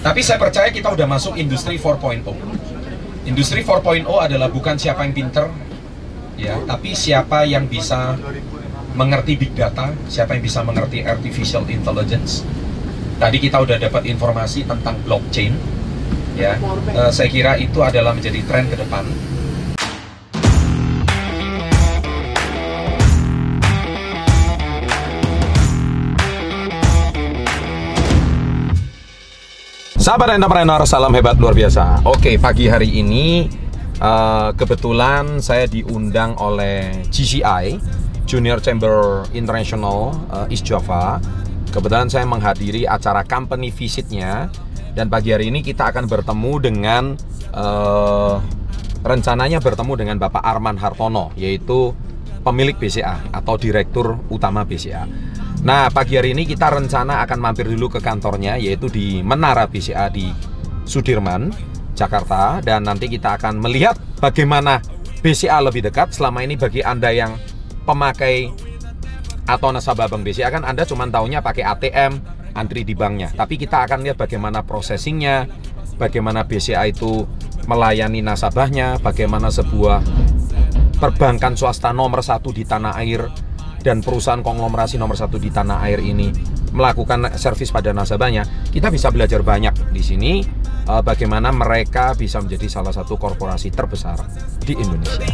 Tapi saya percaya kita udah masuk industri 4.0. Industri 4.0 adalah bukan siapa yang pinter, ya, tapi siapa yang bisa mengerti big data, siapa yang bisa mengerti artificial intelligence. Tadi kita udah dapat informasi tentang blockchain, ya. Saya kira itu adalah menjadi tren ke depan. Sahabat entrepreneur, salam hebat luar biasa. Oke, pagi hari ini kebetulan saya diundang oleh JCI, Junior Chamber International East Java. Kebetulan saya menghadiri acara company visitnya. Dan pagi hari ini kita akan bertemu dengan rencananya bertemu dengan Bapak Arman Hartono, yaitu pemilik BCA atau Direktur Utama BCA. Nah, pagi hari ini kita rencana akan mampir dulu ke kantornya, yaitu di Menara BCA di Sudirman, Jakarta. Dan nanti kita akan melihat bagaimana BCA lebih dekat. Selama ini bagi Anda yang pemakai atau nasabah Bank BCA kan Anda cuma taunya pakai ATM, antri di banknya. Tapi kita akan lihat bagaimana processingnya, bagaimana BCA itu melayani nasabahnya, bagaimana sebuah perbankan swasta nomor 1 di tanah air dan perusahaan konglomerasi nomor 1 di tanah air ini melakukan servis pada nasabahnya. Kita bisa belajar banyak di sini bagaimana mereka bisa menjadi salah satu korporasi terbesar di Indonesia.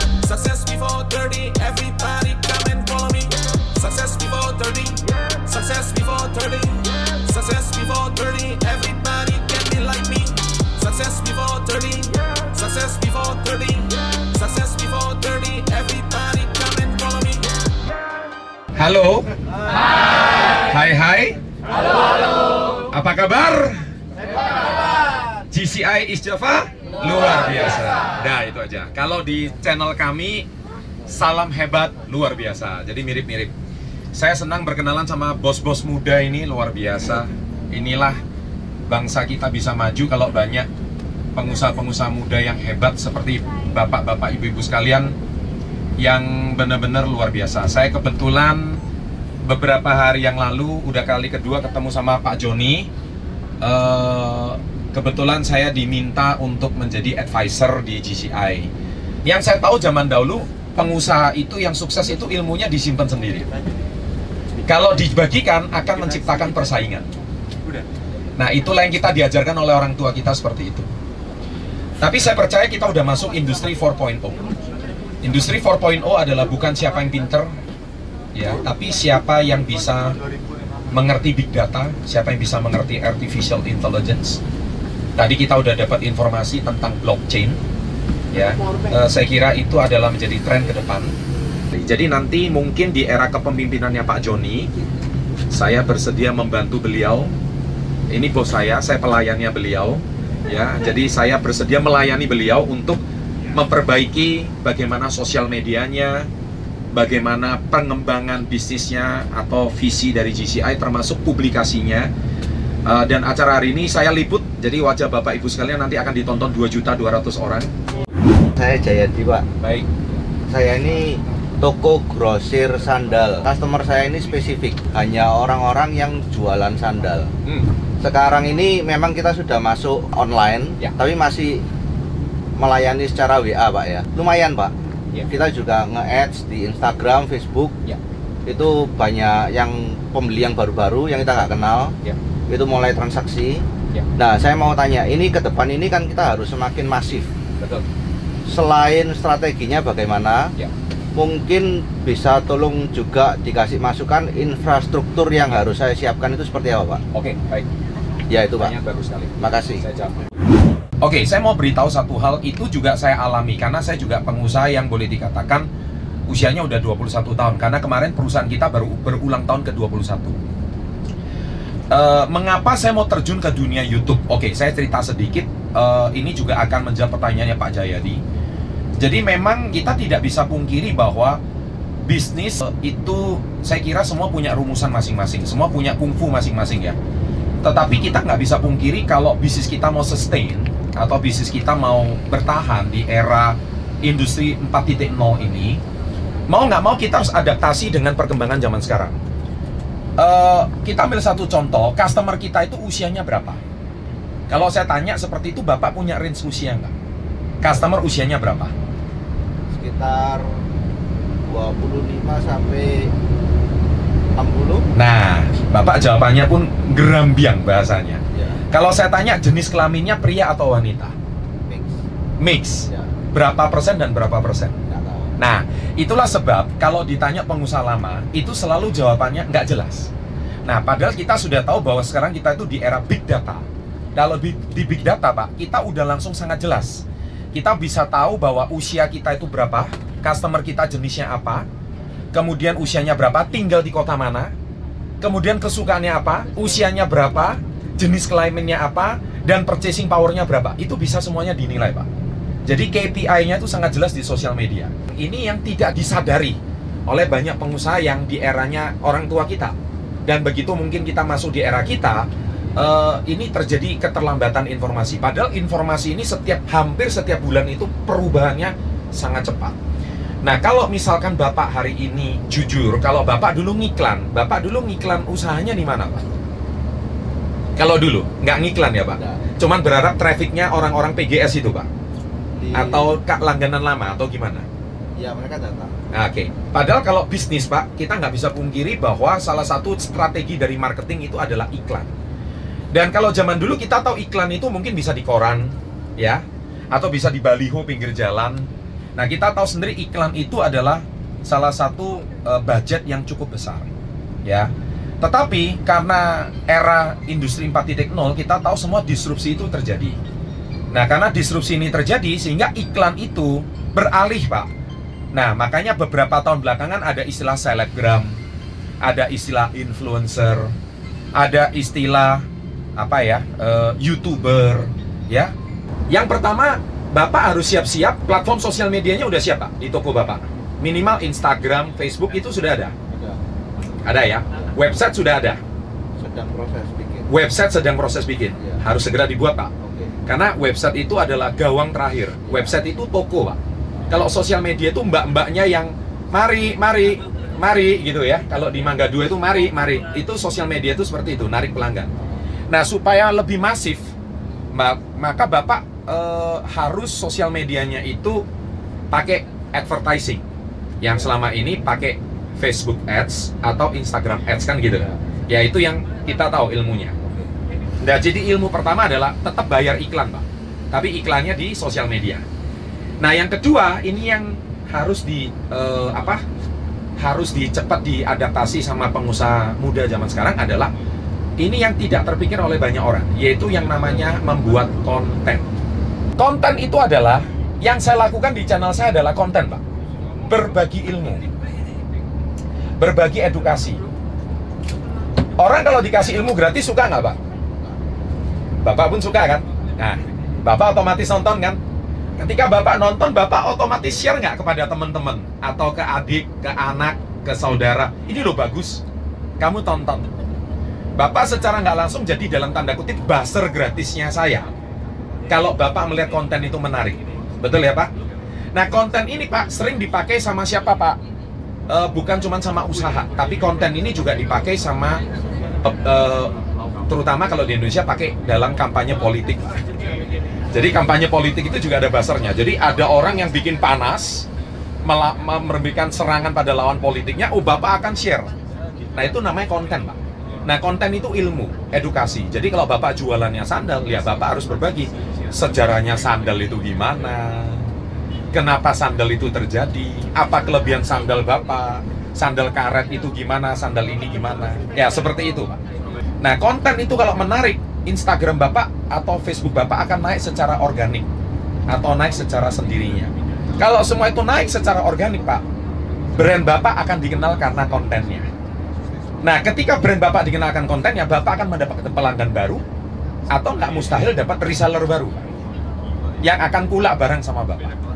Halo. Hai. Hai. Halo. Apa kabar? JCI East Java luar biasa. Nah, itu aja. Kalau di channel kami salam hebat luar biasa. Jadi mirip-mirip. Saya senang berkenalan sama bos-bos muda ini luar biasa. Inilah bangsa kita bisa maju kalau banyak pengusaha-pengusaha muda yang hebat seperti bapak-bapak, ibu-ibu sekalian yang benar-benar luar biasa. Saya kebetulan beberapa hari yang lalu udah kali kedua ketemu sama Pak Joni. Kebetulan saya diminta untuk menjadi advisor di JCI. Yang saya tahu zaman dahulu pengusaha itu yang sukses itu ilmunya disimpan sendiri. Kalau dibagikan akan menciptakan persaingan. Nah, itulah yang kita diajarkan oleh orang tua kita seperti itu. Tapi saya percaya kita udah masuk industri 4.0. Industri 4.0 adalah bukan siapa yang pinter, ya, tapi siapa yang bisa mengerti big data, siapa yang bisa mengerti artificial intelligence. Tadi kita udah dapat informasi tentang blockchain, ya. Saya kira itu adalah menjadi tren ke depan. Jadi nanti mungkin di era kepemimpinannya Pak Joni, saya bersedia membantu beliau. Ini bos saya pelayannya beliau, ya. Jadi saya bersedia melayani beliau untuk memperbaiki bagaimana sosial medianya, bagaimana pengembangan bisnisnya atau visi dari JCI termasuk publikasinya. Dan acara hari ini saya liput, jadi wajah Bapak Ibu sekalian nanti akan ditonton 2.200.000 orang. Saya Jayadi, Pak. Baik. Saya ini toko grosir sandal. Customer saya ini spesifik, hanya orang-orang yang jualan sandal. Sekarang ini memang kita sudah masuk online, ya, tapi masih melayani secara WA, Pak, ya. Lumayan, Pak. Ya. Kita juga nge-ads di Instagram, Facebook. Ya. Itu banyak yang pembeli yang baru-baru yang kita nggak kenal. Ya. Itu mulai transaksi. Ya. Nah, saya mau tanya, ini ke depan ini kan kita harus semakin masif. Betul. Selain strateginya bagaimana? Ya. Mungkin bisa tolong juga dikasih masukan infrastruktur yang harus saya siapkan itu seperti apa, Pak? Oke, baik. Ya, itu, Pak. Bagus sekali. Makasih. Saya jawab. Oke, saya mau beritahu satu hal, itu juga saya alami karena saya juga pengusaha yang boleh dikatakan usianya udah 21 tahun karena kemarin perusahaan kita baru berulang tahun ke-21. Mengapa saya mau terjun ke dunia YouTube? Oke, saya cerita sedikit, ini juga akan menjawab pertanyaannya Pak Jayadi. Jadi memang kita tidak bisa pungkiri bahwa bisnis itu saya kira semua punya rumusan masing-masing, semua punya kungfu masing-masing, ya. Tetapi kita nggak bisa pungkiri kalau bisnis kita mau sustain atau bisnis kita mau bertahan di era industri 4.0 ini, mau nggak mau kita harus adaptasi dengan perkembangan zaman sekarang. Kita ambil satu contoh, customer kita itu usianya berapa? Kalau saya tanya seperti itu, Bapak punya range usia nggak? Customer usianya berapa? Sekitar 25 sampai 60. Nah, Bapak jawabannya pun gerambiang bahasanya. Ya. Kalau saya tanya jenis kelaminnya pria atau wanita? Mix. Mix. Ya. Berapa persen dan berapa persen? Nggak tahu. Nah, itulah sebab kalau ditanya pengusaha lama, itu selalu jawabannya nggak jelas. Nah, padahal kita sudah tahu bahwa sekarang kita itu di era big data. Kalau di big data, Pak, kita udah langsung sangat jelas. Kita bisa tahu bahwa usia kita itu berapa, customer kita jenisnya apa, kemudian usianya berapa, tinggal di kota mana, kemudian kesukaannya apa, usianya berapa, jenis kelaminnya apa, dan purchasing powernya berapa. Itu bisa semuanya dinilai, Pak. Jadi KPI-nya itu sangat jelas di sosial media. Ini yang tidak disadari oleh banyak pengusaha yang di eranya orang tua kita. Dan begitu mungkin kita masuk di era kita, ini terjadi keterlambatan informasi. Padahal informasi ini hampir setiap bulan itu perubahannya sangat cepat. Nah, kalau misalkan Bapak hari ini jujur, kalau Bapak dulu ngiklan usahanya di mana, Pak? Kalau dulu, nggak ngiklan ya, Pak? Cuman berharap trafficnya orang-orang PGS itu, Pak? Atau langganan lama, atau gimana? Ya, mereka datang. Oke. Padahal kalau bisnis, Pak, kita nggak bisa pungkiri bahwa salah satu strategi dari marketing itu adalah iklan. Dan kalau zaman dulu kita tahu iklan itu mungkin bisa di koran, ya, atau bisa di baliho pinggir jalan. Nah, kita tahu sendiri iklan itu adalah salah satu budget yang cukup besar, ya. Tetapi karena era industri 4.0, kita tahu semua disrupsi itu terjadi. Nah, karena disrupsi ini terjadi sehingga iklan itu beralih, Pak. Nah, makanya beberapa tahun belakangan ada istilah selebgram, ada istilah influencer, ada istilah YouTuber, ya. Yang pertama, Bapak harus siap-siap, platform sosial medianya udah siap, Pak, di toko Bapak. Minimal Instagram, Facebook itu sudah ada. Ada ya. Website sudah ada. Sedang proses bikin. Website sedang proses bikin. Ya. Harus segera dibuat, Pak. Oke. Karena website itu adalah gawang terakhir. Website itu toko, Pak. Kalau sosial media itu mbak-mbaknya yang mari gitu ya. Kalau di Mangga 2 itu mari. Itu sosial media itu seperti itu, narik pelanggan. Nah, supaya lebih masif, maka Bapak harus sosial medianya itu pakai advertising. Yang selama ini pakai Facebook Ads atau Instagram Ads kan gitu. Ya, itu yang kita tahu ilmunya. Nah, jadi ilmu pertama adalah tetap bayar iklan, Pak. Tapi iklannya di sosial media. Nah, yang kedua, ini yang harus harus cepat diadaptasi sama pengusaha muda zaman sekarang adalah ini yang tidak terpikir oleh banyak orang, yaitu yang namanya membuat konten. Konten itu adalah, yang saya lakukan di channel saya adalah konten, Pak. Berbagi ilmu, berbagi edukasi. Orang kalau dikasih ilmu gratis suka nggak, Pak? Bapak pun suka kan? Nah, Bapak otomatis nonton kan? Ketika Bapak nonton, Bapak otomatis share nggak kepada teman-teman? Atau ke adik, ke anak, ke saudara? Ini loh bagus, kamu tonton. Bapak secara nggak langsung jadi dalam tanda kutip buzzer gratisnya saya. Kalau Bapak melihat konten itu menarik. Betul ya, Pak? Nah, konten ini, Pak, sering dipakai sama siapa, Pak? Bukan cuma sama usaha, tapi konten ini juga dipakai sama terutama kalau di Indonesia pakai dalam kampanye politik. Jadi kampanye politik itu juga ada buzzernya. Jadi ada orang yang bikin panas, memberikan serangan pada lawan politiknya, Bapak akan share. Nah, itu namanya konten, Pak. Nah, konten itu ilmu, edukasi. Jadi kalau Bapak jualannya sandal, ya Bapak harus berbagi. Sejarahnya sandal itu gimana? Kenapa sandal itu terjadi? Apa kelebihan sandal Bapak? Sandal karet itu gimana? Sandal ini gimana? Ya, seperti itu, Pak. Nah, konten itu kalau menarik, Instagram Bapak atau Facebook Bapak akan naik secara organik. Atau naik secara sendirinya. Kalau semua itu naik secara organik, Pak, brand Bapak akan dikenal karena kontennya. Nah, ketika brand Bapak dikenalkan kontennya, Bapak akan mendapatkan pelanggan baru, atau nggak mustahil dapat reseller baru, yang akan pula barang sama Bapak.